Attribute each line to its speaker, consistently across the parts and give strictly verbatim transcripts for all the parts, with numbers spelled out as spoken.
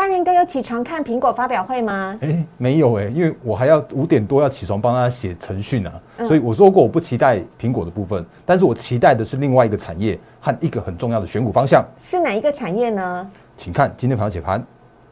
Speaker 1: 大人哥有起床看苹果发表会吗？
Speaker 2: 哎、欸，没有哎、欸，因为我还要五点多要起床帮他写程序啊、嗯，所以我说过我不期待苹果的部分，但是我期待的是另外一个产业和一个很重要的选股方向。
Speaker 1: 是哪一个产业呢？
Speaker 2: 请看今天盘后解盘。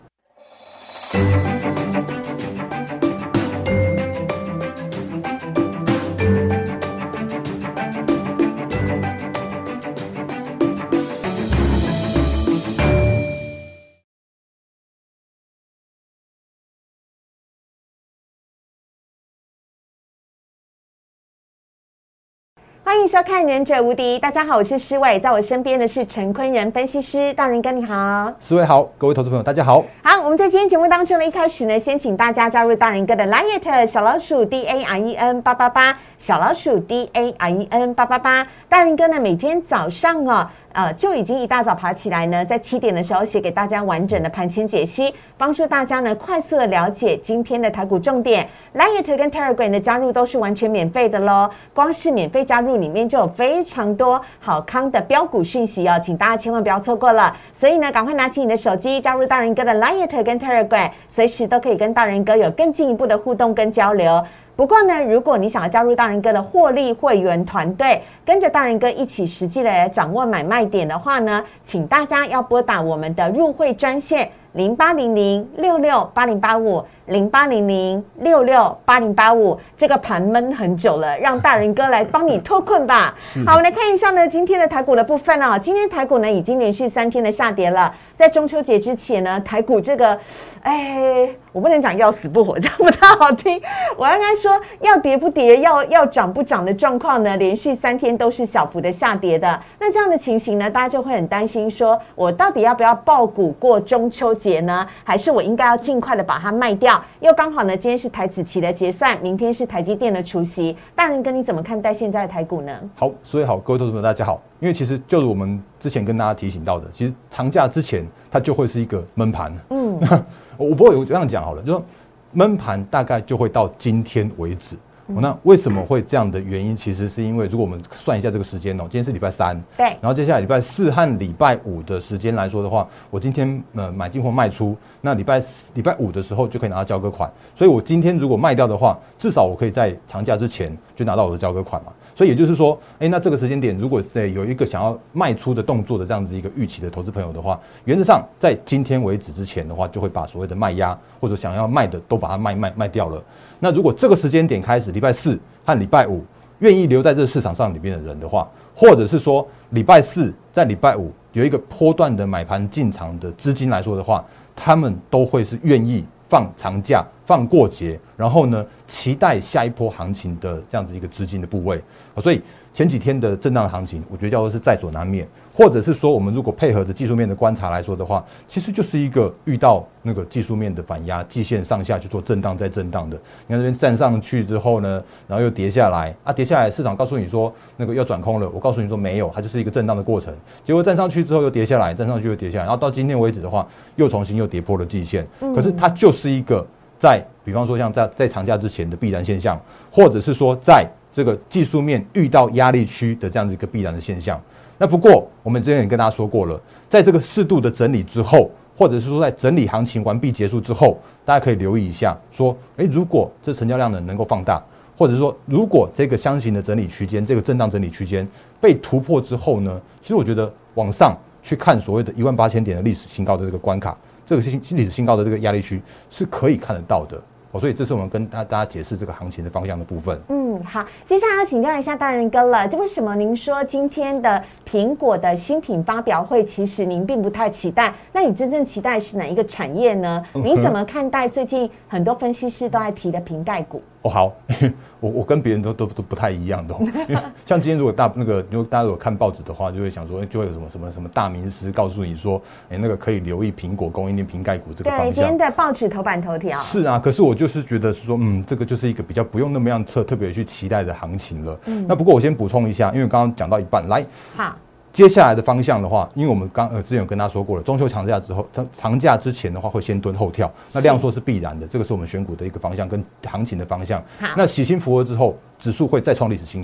Speaker 1: 欢迎收看《忍者无敌》，大家好，我是施伟，在我身边的是陈坤仁分析师，大人哥你好。
Speaker 2: 施伟好，各位投资朋友大家好。
Speaker 1: 好，我们在今天节目当中呢，一开始呢，先请大家加入大人哥的 Line 小老鼠 D A R E N 八八八，小老鼠 D A R E N 八八八。大人哥呢，每天早上哦，呃，就已经一大早爬起来呢，在七点的时候写给大家完整的盘前解析，帮助大家呢快速的了解今天的台股重点。Line 跟 Telegram 的加入都是完全免费的咯，光是免费加入里面就有非常多好康的标股讯息哦，请大家千万不要错过了。所以呢，赶快拿起你的手机，加入大人哥的 Line 跟 Telegram， 随时都可以跟大人哥有更进一步的互动跟交流。不过呢，如果你想要加入大人哥的获利会员团队，跟着大人哥一起实际的来掌握买卖点的话呢，请大家要拨打我们的入会专线零八零零六六八零八五零八零零六六八零八五。这个盘闷很久了，让大人哥来帮你脱困吧。好，我们来看一下呢，今天的台股的部分哦。今天台股呢已经连续三天的下跌了，在中秋节之前呢，台股这个，哎，我不能讲要死不活，这样不太好听。我应该说要跌不跌，要要涨不涨的状况呢，连续三天都是小幅的下跌的。那这样的情形呢，大家就会很担心说，我到底要不要抱股过中秋节呢？还是我应该要尽快的把它卖掉？又刚好呢，今天是台指期的结算，明天是台积电的除息。大人哥，你怎么看待现在的台股呢？
Speaker 2: 好，所以好，各位投资朋友大家好。因为其实就是我们之前跟大家提醒到的，其实长假之前它就会是一个闷盘。嗯，我不会我这样讲好了，就说闷盘大概就会到今天为止。嗯、那为什么会这样的原因，其实是因为如果我们算一下这个时间哦，今天是礼拜三，
Speaker 1: 对，
Speaker 2: 然后接下来礼拜四和礼拜五的时间来说的话，我今天呃买进或卖出，那礼拜礼拜五的时候就可以拿到交割款，所以我今天如果卖掉的话，至少我可以在长假之前就拿到我的交割款嘛。所以也就是说，哎，那这个时间点，如果有一个想要卖出的动作的这样子一个预期的投资朋友的话，原则上在今天为止之前的话，就会把所谓的卖压或者想要卖的都把它卖卖卖掉了。那如果这个时间点开始，礼拜四和礼拜五愿意留在这个市场上里面的人的话，或者是说礼拜四在礼拜五有一个波段的买盘进场的资金来说的话，他们都会是愿意放长假、放过节，然后呢，期待下一波行情的这样子一个资金的部位。所以前几天的震荡的行情，我觉得叫做是在所难免，或者是说我们如果配合着技术面的观察来说的话，其实就是一个遇到那个技术面的反压，季线上下去做震荡再震荡的。你看这边站上去之后呢，然后又跌下来啊，跌下来市场告诉你说那个要转空了，我告诉你说没有，它就是一个震荡的过程。结果站上去之后又跌下来，站上去又跌下来，然后到今天为止的话，又重新又跌破了季线。可是它就是一个在比方说像在在长假之前的必然现象，或者是说在这个技术面遇到压力区的这样子一个必然的现象。那不过我们之前也跟大家说过了，在这个适度的整理之后，或者是说在整理行情完毕结束之后，大家可以留意一下，说，诶，如果这成交量呢能够放大，或者是说如果这个箱型的整理区间，这个震荡整理区间被突破之后呢，其实我觉得往上去看所谓的一万八千点的历史新高的这个关卡，这个历史新高的这个压力区是可以看得到的。所以这是我们跟大家解释这个行情的方向的部分。
Speaker 1: 嗯，好，接下来要请教一下大人哥了，为什么您说今天的苹果的新品发表会，其实您并不太期待？那你真正期待是哪一个产业呢？您怎么看待最近很多分析师都在提的瓶盖股？
Speaker 2: 哦，好，我我跟别人都都都不太一样的、哦，因为像今天如果大那个，如果大家如果看报纸的话，就会想说，就会有什么什么什么大名师告诉你说，哎，那个可以留意苹果供应链瓶盖股这个方向。
Speaker 1: 对，今天的报纸头版头条。
Speaker 2: 是啊，可是我就是觉得是说，嗯，这个就是一个比较不用那么样特特别去期待的行情了。嗯，那不过我先补充一下，因为刚刚讲到一半，来，
Speaker 1: 好。
Speaker 2: 接下来的方向的话，因为我们刚呃之前有跟大家说过了，中秋长假之后，长长假之前的话会先蹲后跳，那量缩是必然的，这个是我们选股的一个方向跟行情的方向。那喜新福合之后，指数会再创历史新高，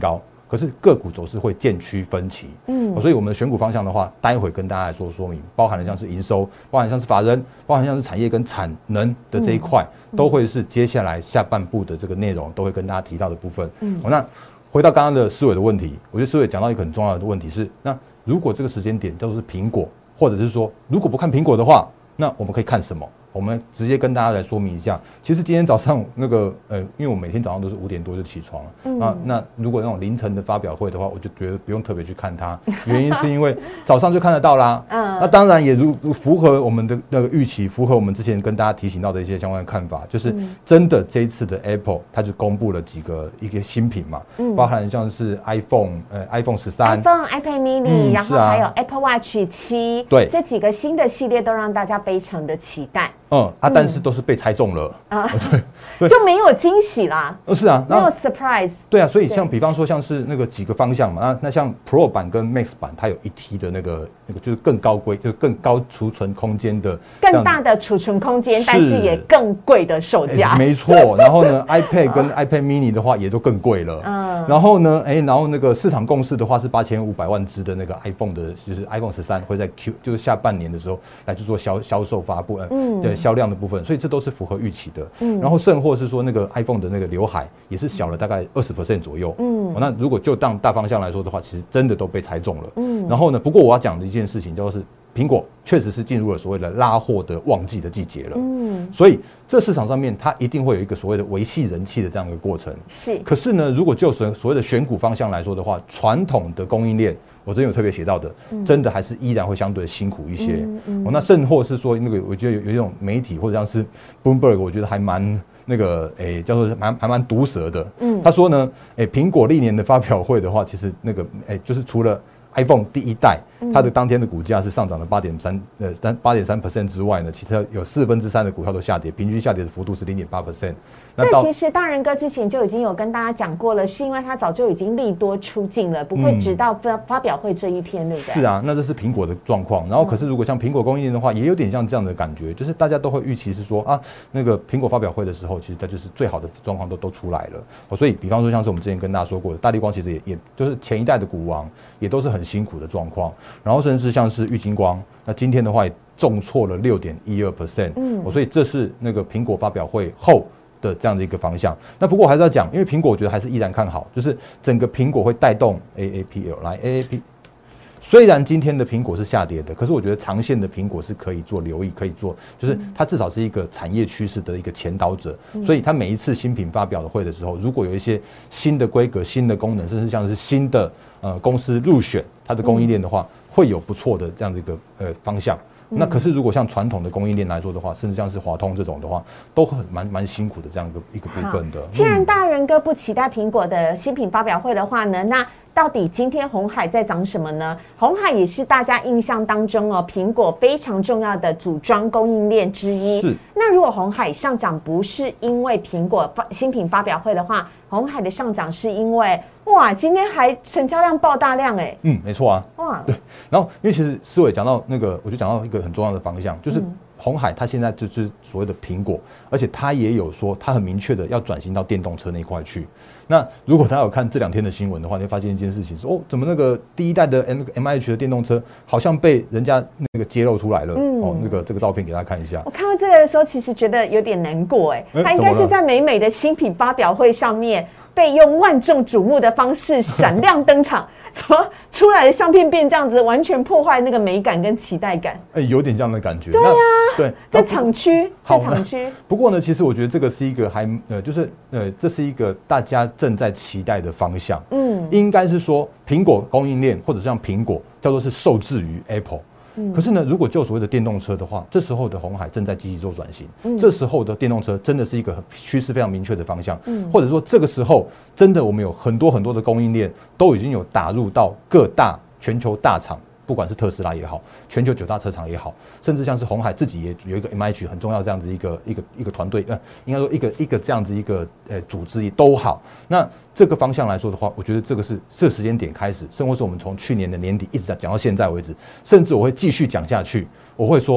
Speaker 2: 可是个股走势会渐趋分歧。嗯，所以我们的选股方向的话，待会跟大家来做说明，包含了像是营收，包含像是法人，包含像是产业跟产能的这一块，嗯、都会是接下来下半部的这个内容都会跟大家提到的部分。嗯，那回到刚刚的思维的问题，我觉得思维讲到一个很重要的问题是，那如果这个时间点叫做是苹果，或者是说如果不看苹果的话，那我们可以看什么？我们直接跟大家来说明一下，其实今天早上那个呃，因为我每天早上都是五点多就起床了，嗯、那那如果那种凌晨的发表会的话，我就觉得不用特别去看它，原因是因为早上就看得到啦。嗯，那当然也如符合我们的那个预期，符合我们之前跟大家提醒到的一些相关的看法，就是真的这一次的 Apple 它就公布了几个一个新品嘛，嗯、包含像是 iPhone 呃 iPhone 十三、
Speaker 1: iPhone、iPad Mini，、嗯、然后还有 Apple Watch 七，对，这几个新的系列都让大家非常的期待。
Speaker 2: 嗯啊，但是都是被猜中了啊，
Speaker 1: 对，就没有惊喜啦。
Speaker 2: 呃，是啊，
Speaker 1: 没有 surprise。
Speaker 2: 对啊，所以像比方说像是那个几个方向嘛，那那像 Pro 版跟 Max 版，它有一 T 的那个那个就是更高规，就是更高储存空间的，
Speaker 1: 更大的储存空间，但是也更贵的售价。
Speaker 2: 欸、没错，然后呢，iPad 跟 iPad Mini 的话也都更贵了。嗯，然后呢，哎、欸，然后那个市场共识的话是八千五百万只的那个 iPhone 的，就是 iPhone 十三会在 Q 就是下半年的时候来去做销销售发布，嗯，对。销量的部分，所以这都是符合预期的。嗯，然后甚或是说那个 iPhone 的那个刘海也是小了大概 百分之二十 左右。嗯、哦，那如果就当大方向来说的话，其实真的都被猜中了。嗯，然后呢，不过我要讲的一件事情就是苹果确实是进入了所谓的拉货的旺季的季节了。嗯，所以这市场上面它一定会有一个所谓的维系人气的这样一个过程。是，可是呢，如果就所所谓的选股方向来说的话，传统的供应链。我这边有特别写到的，真的还是依然会相对辛苦一些。嗯嗯哦、那甚或是说，那个我觉得有有一种媒体或者像是 Bloomberg， 我觉得还蛮那个诶、欸，叫做蛮还蛮毒舌的。嗯，他说呢，诶、欸，苹果历年的发表会的话，其实那个诶、欸，就是除了 iPhone 第一代，它的当天的股价是上涨了八点三呃三八点三 percent 之外呢，其实有四分之三的股票都下跌，平均下跌的幅度是零点八 percent。
Speaker 1: 这其实大人哥之前就已经有跟大家讲过了，是因为他早就已经利多出尽了，不会直到发发表会这一天，对不对？
Speaker 2: 是啊，那这是苹果的状况。然后可是如果像苹果供应链的话，也有点像这样的感觉，就是大家都会预期是说啊，那个苹果发表会的时候，其实它就是最好的状况都都出来了。所以比方说像是我们之前跟大家说过的，大立光其实也也就是前一代的股王，也都是很辛苦的状况。然后甚至像是玉晶光，那今天的话也重挫了 百分之六点一二。嗯，所以这是那个苹果发表会后的这样的一个方向。那不过我还是要讲，因为苹果我觉得还是依然看好，就是整个苹果会带动 A A P L 来 A A P。虽然今天的苹果是下跌的，可是我觉得长线的苹果是可以做留意，可以做，就是它至少是一个产业趋势的一个前导者。所以它每一次新品发表的会的时候，如果有一些新的规格、新的功能，甚至像是新的呃公司入选它的供应链的话，会有不错的这样的一个呃方向。那可是如果像传统的供应链来说的话，甚至像是华通这种的话，都很蛮蛮辛苦的这样一个一个部分的。
Speaker 1: 既然大人哥不期待苹果的新品发表会的话呢，那到底今天鸿海在涨什么呢？鸿海也是大家印象当中哦，苹果非常重要的组装供应链之一。是。那如果鸿海上涨不是因为苹果新品发表会的话，鸿海的上涨是因为哇，今天还成交量爆大量哎、欸。
Speaker 2: 嗯，没错啊。哇，对。然后因为其实思伟讲到那个，我就讲到一个很重要的方向，就是鸿海它现在就是所谓的苹果，而且它也有说它很明确的要转型到电动车那一块去。那如果大家有看这两天的新闻的话，你会发现一件事情是哦，怎么那个第一代的 M H 的电动车好像被人家那个揭露出来了？嗯、哦，那个这个照片给大家看一下。
Speaker 1: 我看到这个的时候，其实觉得有点难过哎，它应该是在美美的新品发表会上面。被用万众瞩目的方式闪亮登场，怎么出来的相片变这样子，完全破坏那个美感跟期待感？
Speaker 2: 哎、欸，有点这样的感觉。
Speaker 1: 对呀、啊，
Speaker 2: 对，
Speaker 1: 在厂区，在厂区。
Speaker 2: 不过呢，其实我觉得这个是一个还呃，就是呃，这是一个大家正在期待的方向。嗯，应该是说苹果供应链或者像苹果叫做是受制于 Apple。可是呢，如果就所谓的电动车的话，这时候的鸿海正在积极做转型，嗯、这时候的电动车真的是一个趋势非常明确的方向，嗯、或者说这个时候真的我们有很多很多的供应链都已经有打入到各大全球大厂。不管是特斯拉也好，全球九大车厂也好，甚至像是鸿海自己也有一个 M H 很重要这样子一个一个一个团队，呃，应该说一个一个这样子一个呃组织也都好。那这个方向来说的话，我觉得这个是这个时间点开始，甚至是我们从去年的年底一直讲到现在为止，甚至我会继续讲下去。我会说，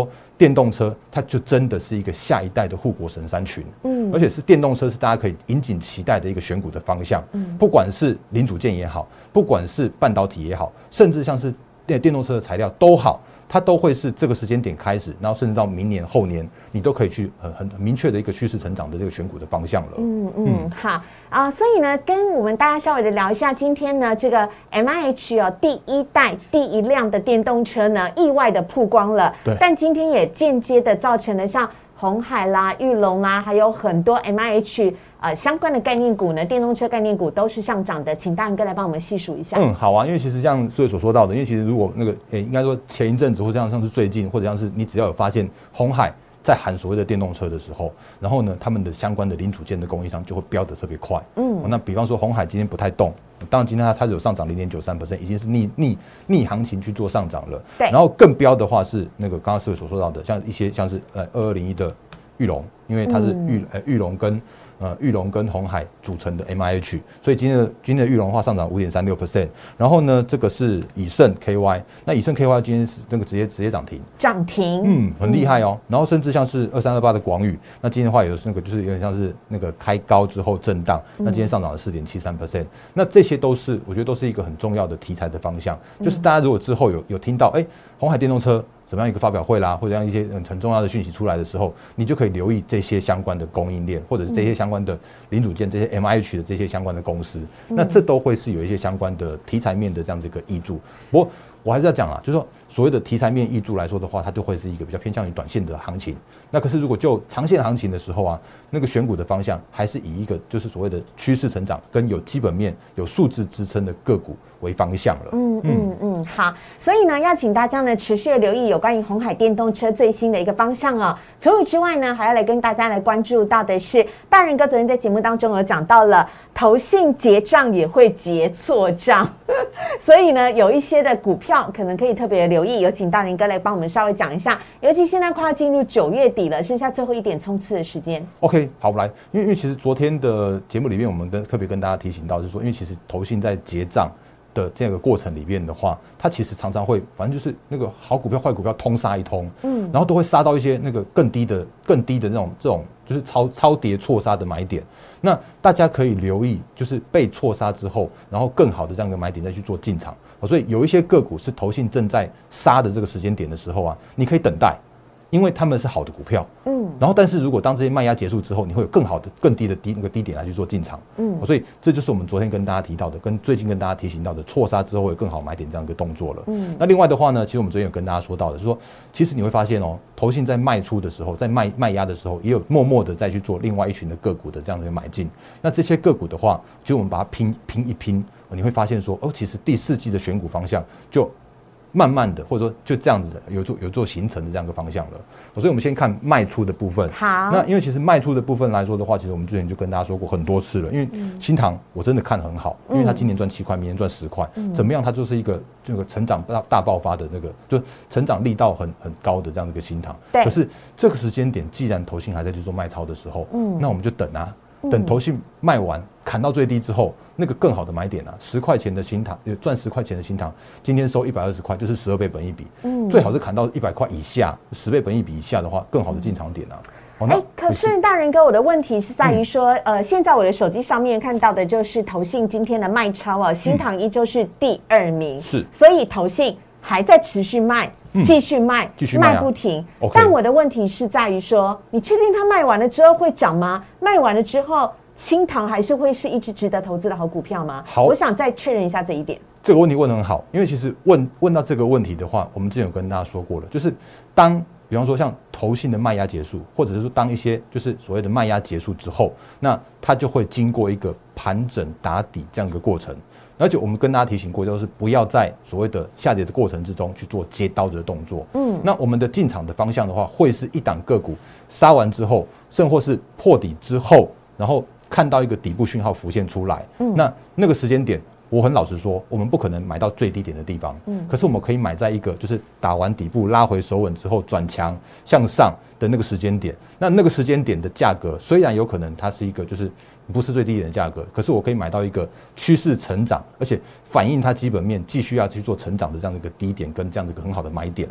Speaker 2: 电动车它就真的是一个下一代的护国神山群，嗯，而且是电动车是大家可以引颈期待的一个选股的方向，嗯，不管是零组件也好，不管是半导体也好，甚至像是电电动车的材料都好，它都会是这个时间点开始，然后甚至到明年后年，你都可以去很很明确的一个趋势成长的这个选股的方向了。
Speaker 1: 嗯嗯，好啊、呃，所以呢，跟我们大家稍微的聊一下，今天呢，这个 M I H 哦，第一代第一辆的电动车呢，意外的曝光了，
Speaker 2: 对，
Speaker 1: 但今天也间接的造成了像鸿海啦、裕隆啦，还有很多 M I H 呃相关的概念股呢，电动车概念股都是上涨的，请大仁哥来帮我们细数一下。
Speaker 2: 嗯，好啊，因为其实像四位所说到的，因为其实如果那个诶、欸，应该说前一阵子或者像像是最近，或者像是你只要有发现鸿海在喊所谓的电动车的时候，然后呢，他们的相关的零组件的供应商就会飙得特别快。嗯、哦，那比方说鸿海今天不太动，当然今天它它有上涨零点九三 percent， 已经是逆逆逆行情去做上涨了。
Speaker 1: 对，
Speaker 2: 然后更飙的话是那个刚刚四位所说到的，像一些像是呃二二零一的裕隆，因为它是裕呃裕隆跟呃裕隆跟鸿海组成的 M I H， 所以今天的今天的裕隆的话上涨五点三六 percent， 然后呢，这个是以盛 K Y， 那以盛 K Y 今天是那个直接直接涨停，
Speaker 1: 涨停，
Speaker 2: 嗯，很厉害哦。然后甚至像是二三二八的广宇，那今天的话有那个就是有点像是那个开高之后震荡，那今天上涨了四点七三 percent， 那这些都是我觉得都是一个很重要的题材的方向，就是大家如果之后有有听到哎鸿海电动车怎么样一个发表会啦，或者像一些很重要的讯息出来的时候，你就可以留意这些相关的供应链，或者是这些相关的零组件、这些 M I H 的这些相关的公司，那这都会是有一些相关的题材面的这样子一个挹注。不过我还是要讲啊，就是说所谓的题材面挹注来说的话，它就会是一个比较偏向于短线的行情。那可是如果就长线行情的时候啊，那个选股的方向还是以一个就是所谓的趋势成长跟有基本面、有数字支撑的个股为方向了。
Speaker 1: 嗯嗯嗯，好，所以呢，要请大家呢持续的留意有关于鸿海电动车最新的一个方向哦。除此之外呢，还要来跟大家来关注到的是，大仁哥昨天在节目当中有讲到了，投信结账也会结错账，所以呢，有一些的股票可能可以特别留意，有请大仁哥来帮我们稍微讲一下。尤其现在快要进入九月底了，剩下最后一点冲刺的时间。
Speaker 2: OK， 好，我来，因为因为其实昨天的节目里面，我们跟特别跟大家提醒到，就是说，因为其实投信在结账的这个过程里面的话，它其实常常会，反正就是那个好股票、坏股票通杀一通，嗯，然后都会杀到一些那个更低的、更低的那种这种，就是超超跌错杀的买点。那大家可以留意，就是被错杀之后，然后更好的这样一个买点再去做进场。所以有一些个股是投信正在杀的这个时间点的时候啊，你可以等待。因为他们是好的股票，嗯，然后但是如果当这些卖压结束之后，你会有更好的、更低的低那个低点来去做进场，嗯，所以这就是我们昨天跟大家提到的，跟最近跟大家提醒到的，错杀之后会有更好买点这样一个动作了，嗯，那另外的话呢，其实我们昨天有跟大家说到的，就是说，其实你会发现哦，投信在卖出的时候，在卖卖压的时候，也有默默的再去做另外一群的个股的这样的一个买进，那这些个股的话，其实我们把它拼拼一拼，你会发现说，哦，其实第四季的选股方向就慢慢的，或者说就这样子的有做有做形成的这样一个方向了。所以我们先看卖出的部分。
Speaker 1: 好，
Speaker 2: 那因为其实卖出的部分来说的话，其实我们之前就跟大家说过很多次了。因为新唐我真的看很好，因为它今年赚七块，明年赚十块，怎么样？它就是一个这个成长大大爆发的那个，就成长力道很很高的这样的一个新唐。可是这个时间点，既然投信还在去做卖超的时候，嗯，那我们就等啊。等投信卖完砍到最低之后，那个更好的买点啊，十块钱的新唐，赚十块钱的新唐，今天收一百二十块，就是十二倍本益比，嗯，最好是砍到一百块以下，十倍本益比以下的话，更好的进场点啊。
Speaker 1: 哎、欸，可是大仁哥，我的问题是在于说，嗯、呃，现在我的手机上面看到的就是投信今天的卖超啊，新唐依旧是第二名，是、嗯，所以投信还在持续卖。继续卖，继续卖不停。但我的问题是在于说，你确定它卖完了之后会涨吗？卖完了之后，新唐还是会是一只值得投资的好股票吗？好，我想再确认一下这一点。
Speaker 2: 这个问题问得很好，因为其实问问到这个问题的话，我们之前有跟大家说过了，就是当比方说像投信的卖压结束，或者是说当一些就是所谓的卖压结束之后，那它就会经过一个盘整打底这样一个过程。而且我们跟大家提醒过，就是不要在所谓的下跌的过程之中去做接刀的动作。嗯，那我们的进场的方向的话，会是一档个股杀完之后，甚或是破底之后，然后看到一个底部讯号浮现出来。嗯，那那个时间点，我很老实说，我们不可能买到最低点的地方。嗯，可是我们可以买在一个就是打完底部拉回手稳之后转强向上的那个时间点。那那个时间点的价格，虽然有可能它是一个就是不是最低点的价格，可是我可以买到一个趋势成长，而且反映它基本面继续要去做成长的这样的一个低点跟这样的一个很好的买点了。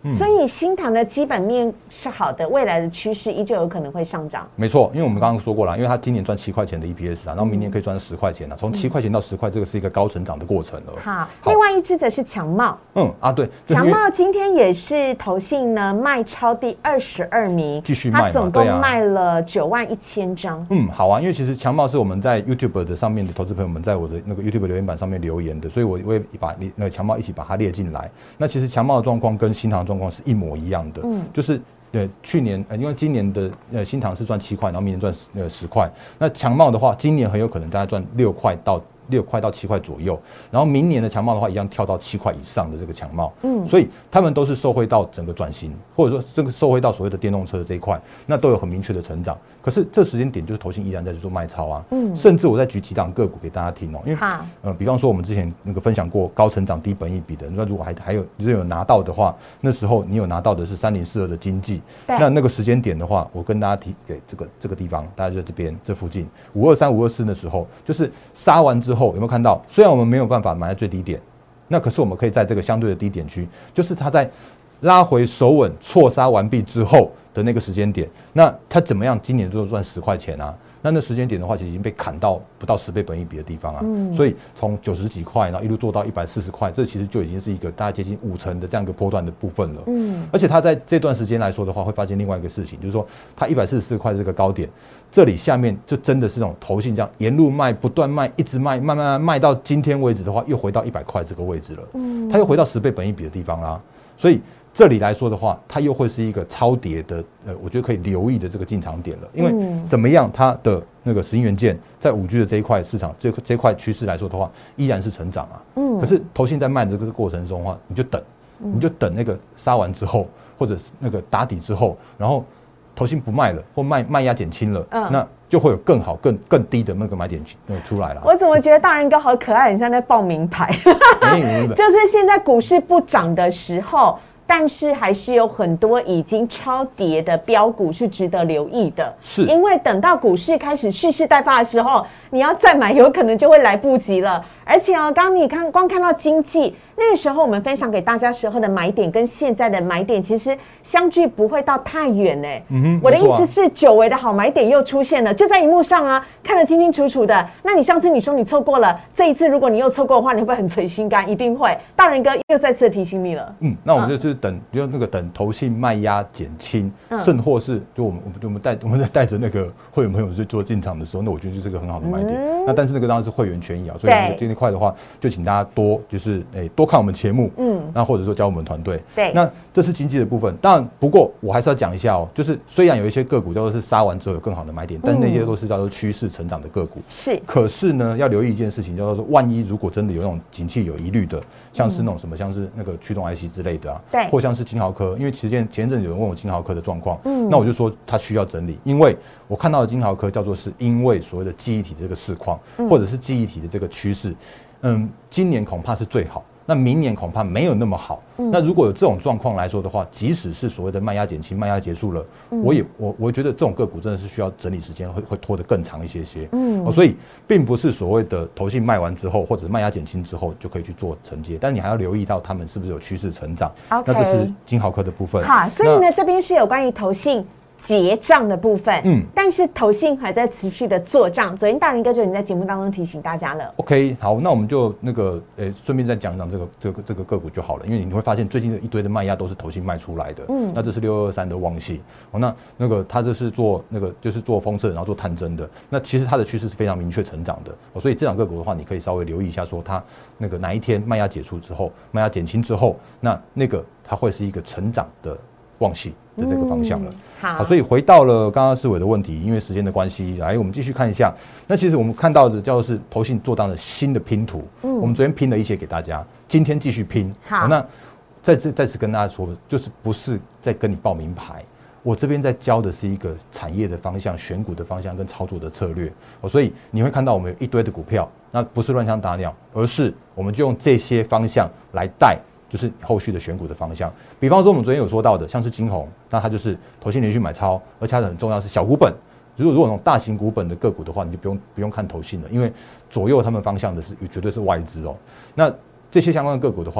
Speaker 1: 所以新唐的基本面是好的，未来的趋势依旧有可能会上涨。
Speaker 2: 没错，因为我们刚刚说过了，因为它今年赚七块钱的 E P S 啊，然后明年可以赚十块钱啊，从七块钱到十块，这个是一个高成长的过程了。
Speaker 1: 好，另外一只则是强茂。
Speaker 2: 嗯啊，对，
Speaker 1: 强茂今天也是投信呢卖超第二十二名，
Speaker 2: 继续卖嘛，
Speaker 1: 它总共卖了九万一千张。
Speaker 2: 嗯，好啊，因为其实强茂是我们在 YouTube 的上面的投资朋友们在我的那个 YouTube 留言板上面留言的，所以我会把那个强茂一起把它列进来。那其实强茂的状况跟新唐的状况是一模一样的，嗯，就是呃去年呃因为今年的呃新唐是赚七块，然后明年赚呃十块，那强茂的话，今年很有可能大概赚六块到。六块到七块左右，然后明年的强茂的话，一样跳到七块以上的这个强茂，嗯，所以他们都是受惠到整个转型，或者说这个受惠到所谓的电动车的这一块，那都有很明确的成长。可是这时间点就是投信依然在做卖超啊，嗯，甚至我在举几档个股给大家听哦，因为呃，比方说我们之前那个分享过高成长低本益比的，那如果还还有如果有拿到的话，那时候你有拿到的是三零四二的经济，那那个时间点的话，我跟大家提给这个这个地方，大家就在这边这附近五二三五二四的时候，就是杀完之后有没有看到？虽然我们没有办法买在最低点，那可是我们可以在这个相对的低点区，就是它在拉回守稳错杀完毕之后的那个时间点，那它怎么样？今年就赚十块钱啊！那那时间点的话，其实已经被砍到不到十倍本益比的地方啊，嗯、所以从九十几块，然后一路做到一百四十块，这其实就已经是一个大概接近五成的这样一个波段的部分了。嗯，而且它在这段时间来说的话，会发现另外一个事情，就是说它一百四十四块的这个高点。这里下面就真的是那种投信这样沿路卖，不断卖，一直卖，慢慢卖到今天为止的话，又回到一百块这个位置了。嗯，它又回到十倍本益比的地方啦。所以这里来说的话，它又会是一个超跌的，呃，我觉得可以留意的这个进场点了。因为怎么样，它的那个十亿元件在五 G 的这一块市场，这这块趋势来说的话，依然是成长啊。嗯，可是投信在卖的这个过程中的话，你就等，你就等那个杀完之后，或者是那个打底之后，然后。投信不卖了，或卖卖压减轻了，嗯，那就会有更好、更更低的那个买点出来了。
Speaker 1: 我怎么觉得大人哥好可爱，很像在报名牌？就是现在股市不涨的时候。但是还是有很多已经超跌的标股是值得留意的，是因为等到股市开始蓄势待发的时候，你要再买有可能就会来不及了。而且哦，刚刚你看光看到经济那个时候，我们分享给大家时候的买点跟现在的买点其实相距不会到太远哎。嗯哼，我的意思是，久违的好买点又出现了，就在荧幕上啊，看得清清楚楚的。那你上次你说你错过了，这一次如果你又错过的话，你会不会很捶心肝？一定会。大人哥又再次提醒你了。嗯，
Speaker 2: 那我们就是。等就那个等投信卖压减轻，嗯、甚或是就我们我们带我们在带着那个会员朋友去做进场的时候，那我觉得就是个很好的买点。嗯、那但是那个当然是会员权益啊，所以这一块的话，就请大家多就是诶、欸、多看我们节目，嗯，那或者说教我们团队。对，那这是经济的部分。当然，不过我还是要讲一下哦，就是虽然有一些个股叫做是杀完之后有更好的买点，但是那些都是叫做趋势成长的个股。是，可是呢，要留意一件事情，叫做万一如果真的有那种景气有疑虑的，像是那种什么像是那个驱动 I C 之类的啊，对，或像是金豪科。因为前前前阵子有人问我金豪科的状况，嗯，那我就说它需要整理，因为我看到的金豪科叫做是因为所谓的记忆体这个市况，嗯、或者是记忆体的这个趋势，嗯，今年恐怕是最好，那明年恐怕没有那么好。嗯、那如果有这种状况来说的话，即使是所谓的卖压减轻、卖压结束了，嗯、我也我我觉得这种个股真的是需要整理时间，会会拖得更长一些些。嗯、哦，所以并不是所谓的投信卖完之后或者卖压减轻之后就可以去做承接，但你还要留意到他们是不是有趋势成长。Okay. 那这是金豪科的部分。
Speaker 1: 好，所以呢，这边是有关于投信结账的部分，嗯，但是投信还在持续的做账。昨天大人哥就已经在节目当中提醒大家了。
Speaker 2: OK， 好，那我们就那个，呃，顺便再讲讲这个这个这个个股就好了，因为你会发现最近的一堆的卖压都是投信卖出来的，嗯，那这是六二二三的旺系，哦，那那个它这是做那个就是做封测然后做探针的，那其实它的趋势是非常明确成长的，哦，所以这档个股的话，你可以稍微留意一下，说它那个哪一天卖压解除之后，卖压减轻之后，那那个它会是一个成长的旺系的这个方向了。嗯、好, 好，所以回到了刚刚思维的问题，因为时间的关系，来我们继续看一下。那其实我们看到的叫做是投信做到的新的拼图，嗯，我们昨天拼了一些给大家，今天继续拼。好，好那再次再次跟大家说，就是不是在跟你报名牌，我这边在教的是一个产业的方向、选股的方向跟操作的策略。哦，所以你会看到我们有一堆的股票，那不是乱枪打鸟，而是我们就用这些方向来带。就是后续的选股的方向，比方说我们昨天有说到的，像是金鸿，那它就是投信连续买超，而且它很重要是小股本。如果如果那种大型股本的个股的话，你就不用不用看投信了，因为左右他们方向的是绝对是外资哦。那这些相关的个股的话，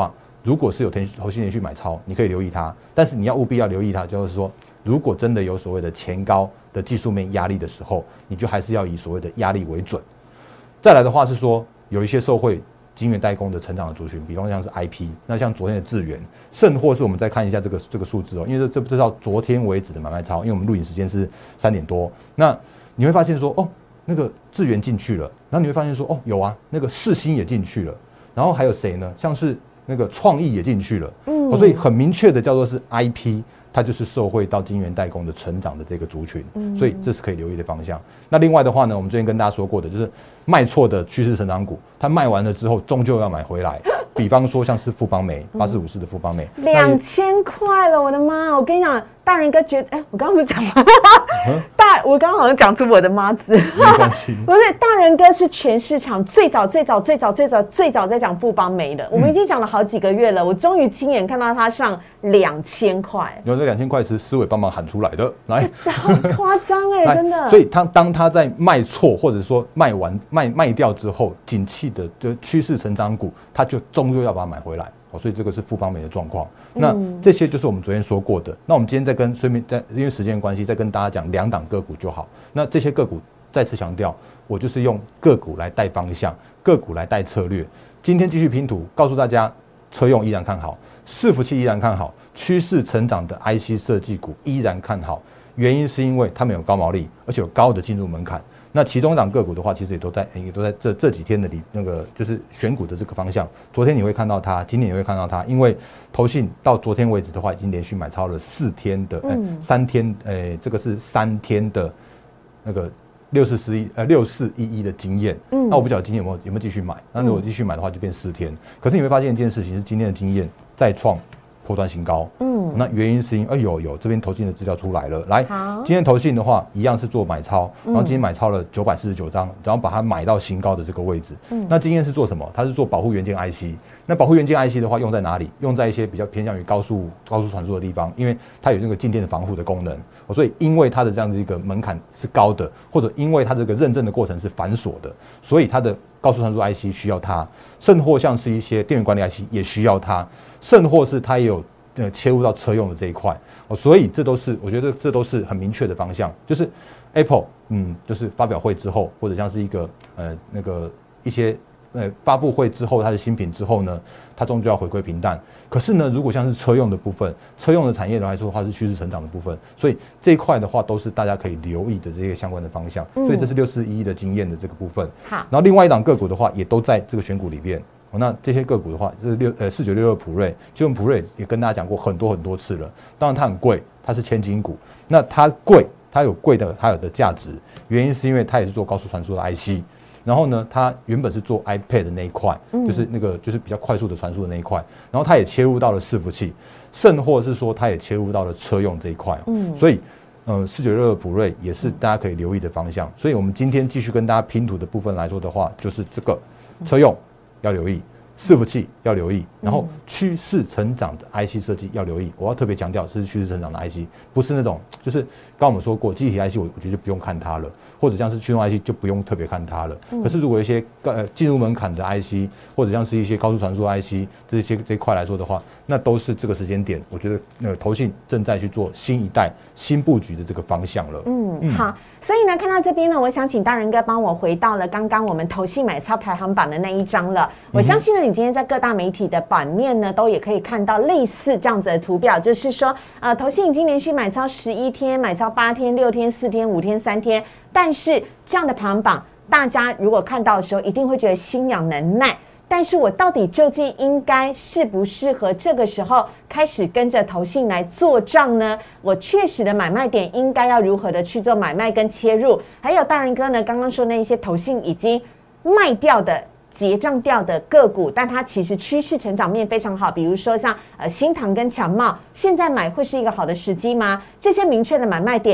Speaker 2: 如果是有投信连续买超，你可以留意它，但是你要务必要留意它，就是说，如果真的有所谓的前高的技术面压力的时候，你就还是要以所谓的压力为准。再来的话是说，有一些受惠晶圆代工的成长的族群，比方像是 I P， 那像昨天的智原，甚或是我们再看一下这个这个数字哦，因为这这到昨天为止的买卖超，因为我们录影时间是三点多，那你会发现说，哦，那个智原进去了，然后你会发现说，哦，有啊，那个世芯也进去了，然后还有谁呢？像是那个创意也进去了，嗯、哦，所以很明确的叫做是 I P。它就是受惠到晶圆代工的成长的这个族群，所以这是可以留意的方向。那另外的话呢，我们之前跟大家说过的，就是卖错的趋势成长股，它卖完了之后，终究要买回来。比方说像是富邦媒八四五四的富邦媒，
Speaker 1: 两千块了，我的妈！我跟你讲，大人哥觉得，哎、欸，我刚刚是讲吗？大，我刚刚好像讲出我的妈字。
Speaker 2: 没关系，
Speaker 1: 不是，大人哥是全市场最早、最早、最早、最早、最早在讲富邦媒的。我们已经讲了好几个月了，我终于亲眼看到它上两千块。
Speaker 2: 有这两千块是思伟帮忙喊出来的，来，
Speaker 1: 好夸张哎，真的。
Speaker 2: 所以他当他在卖错或者说卖完卖卖掉之后，景气的就趋势成长股，他就终究要把它买回来。所以这个是富邦媒的状况。那这些就是我们昨天说过的。那我们今天再跟顺便再因为时间的关系，再跟大家讲两档个股就好。那这些个股再次强调，我就是用个股来带方向，个股来带策略。今天继续拼图，告诉大家，车用依然看好，伺服器依然看好，趋势成长的 I C 设计股依然看好。原因是因为他们有高毛利，而且有高的进入门槛。那其中一档个股的话，其实也都在也都在这这几天的里那个就是选股的这个方向。昨天你会看到它，今天你会看到它，因为投信到昨天为止的话，已经连续买超了四天的，哎，三天，哎，这个是三天的那个六四四一呃六四一一的经验。嗯，那我不晓得今天有没有有没有继续买？那如果继续买的话，就变四天。可是你会发现一件事情是，今天的经验再创波段新高。嗯，那原因是因哎有有这边投信的资料出来了，来，今天投信的话一样是做买超，然后今天买超了九百四十九张，然后把它买到新高的这个位置。嗯，那今天是做什么？它是做保护元件 I C。那保护元件 I C 的话用在哪里？用在一些比较偏向于高速高速传输的地方，因为它有那个静电的防护的功能。所以因为它的这样子一个门槛是高的，或者因为它这个认证的过程是繁琐的，所以它的高速传输 I C 需要它，甚或像是一些电源管理 I C 也需要它，甚或是它也有呃切入到车用的这一块。所以这都是我觉得这都是很明确的方向，就是 Apple 嗯就是发表会之后，或者像是一个呃那个一些呃发布会之后，它的新品之后呢，它终究要回归平淡。可是呢，如果像是车用的部分，车用的产业来说的话，是趋势成长的部分，所以这一块的话都是大家可以留意的这些相关的方向。所以这是六四一的经验的这个部分。好，然后另外一档个股的话，也都在这个选股里面。那这些个股的话，这是六呃四九六六普瑞，其实我们普瑞也跟大家讲过很多很多次了。当然它很贵，它是千金股。那它贵，它有贵的它有的价值，原因是因为它也是做高速传输的 I C。然后呢，它原本是做 iPad 的那一块，就是那个就是比较快速的传输的那一块。然后它也切入到了伺服器，甚或是说它也切入到了车用这一块。嗯，所以，呃，四九六六普瑞也是大家可以留意的方向。所以我们今天继续跟大家拼图的部分来说的话，就是这个车用要留意，伺服器要留意，然后趋势成长的 I C 设计要留意。我要特别强调，这是趋势成长的 I C， 不是那种就是刚刚我们说过，记忆体 I C 我我觉得就不用看它了。或者像是驱动 I C 就不用特别看它了。嗯、可是如果一些呃进入门槛的 I C， 或者像是一些高速传输 I C 这些这一块来说的话，那都是这个时间点，我觉得那个投信正在去做新一代新布局的这个方向了。嗯，
Speaker 1: 嗯好，所以呢，看到这边呢，我想请大人哥帮我回到了刚刚我们投信买超排行榜的那一张了。我相信呢，你今天在各大媒体的版面呢，都也可以看到类似这样子的图表，就是说，呃，投信已经连续买超十一天，买超八天、六天、四天、五天、三天。但是这样的排行榜，大家如果看到的时候，一定会觉得心痒难耐。但是我到底究竟应该适不适合这个时候开始跟着投信来做账呢？我确实的买卖点应该要如何的去做买卖跟切入？还有大人哥呢，刚刚说那一些投信已经卖掉的。结账掉的个股，但它其实趋势成长面非常好，比如说像呃新唐跟强茂，现在买会是一个好的时机吗？这些明确的买卖点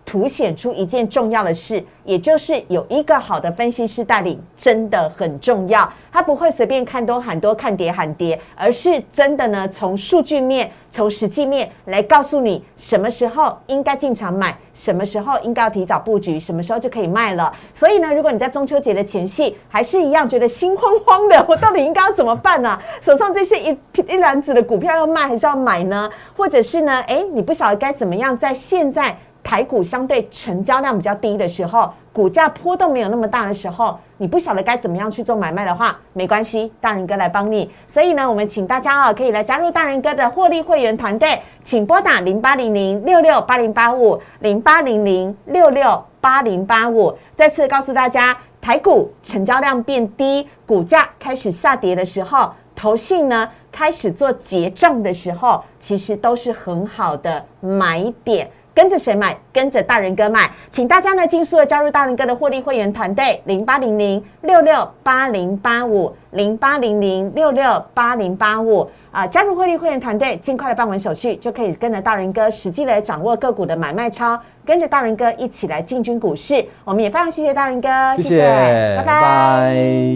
Speaker 1: 凸显出一件重要的事，也就是有一个好的分析师带领真的很重要。他不会随便看多喊多，看跌喊跌，而是真的呢从数据面、从实际面来告诉你什么时候应该进场买，什么时候应该要提早布局，什么时候就可以卖了。所以呢，如果你在中秋节的前夕还是一样觉得心慌慌的，我到底应该要怎么办呢、啊？手上这些一一篮子的股票要卖还是要买呢？或者是呢，哎，你不晓得该怎么样在现在台股相对成交量比较低的时候，股价波动没有那么大的时候，你不晓得该怎么样去做买卖的话，没关系，大人哥来帮你。所以呢，我们请大家哦，可以来加入大人哥的获利会员团队，请拨打零八零零六六八零八五零八零零六六八零八五。再次告诉大家，台股成交量变低，股价开始下跌的时候，投信呢开始做结账的时候，其实都是很好的买点。跟着谁买？跟着大人哥买，请大家呢尽速的加入大人哥的获利会员团队，零八零零六六八零八五零八零零六六八零八五啊，加入获利会员团队，尽快的办完手续，就可以跟着大人哥实际来掌握个股的买卖超，跟着大人哥一起来进军股市。我们也非常谢谢大人哥，
Speaker 2: 谢谢，谢谢拜拜。拜拜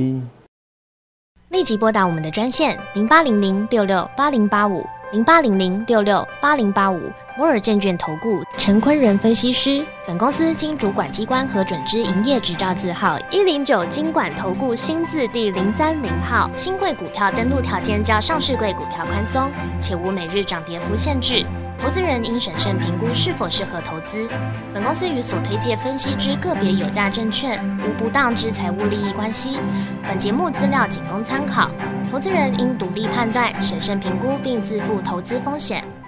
Speaker 3: 立即拨打我们的专线零八零零六六八零八五零八零零六六八零八五摩尔证券投顾陈坤仁分析师。本公司经主管机关核准之营业执照字号一零九金管投顾新字第零三零号。新贵股票登录条件较上市贵股票宽松，且无每日涨跌幅限制。投资人应审慎评估是否适合投资。本公司与所推介分析之个别有价证券无不当之财务利益关系。本节目资料仅供参考，投资人应独立判断、审慎评估并自负投资风险。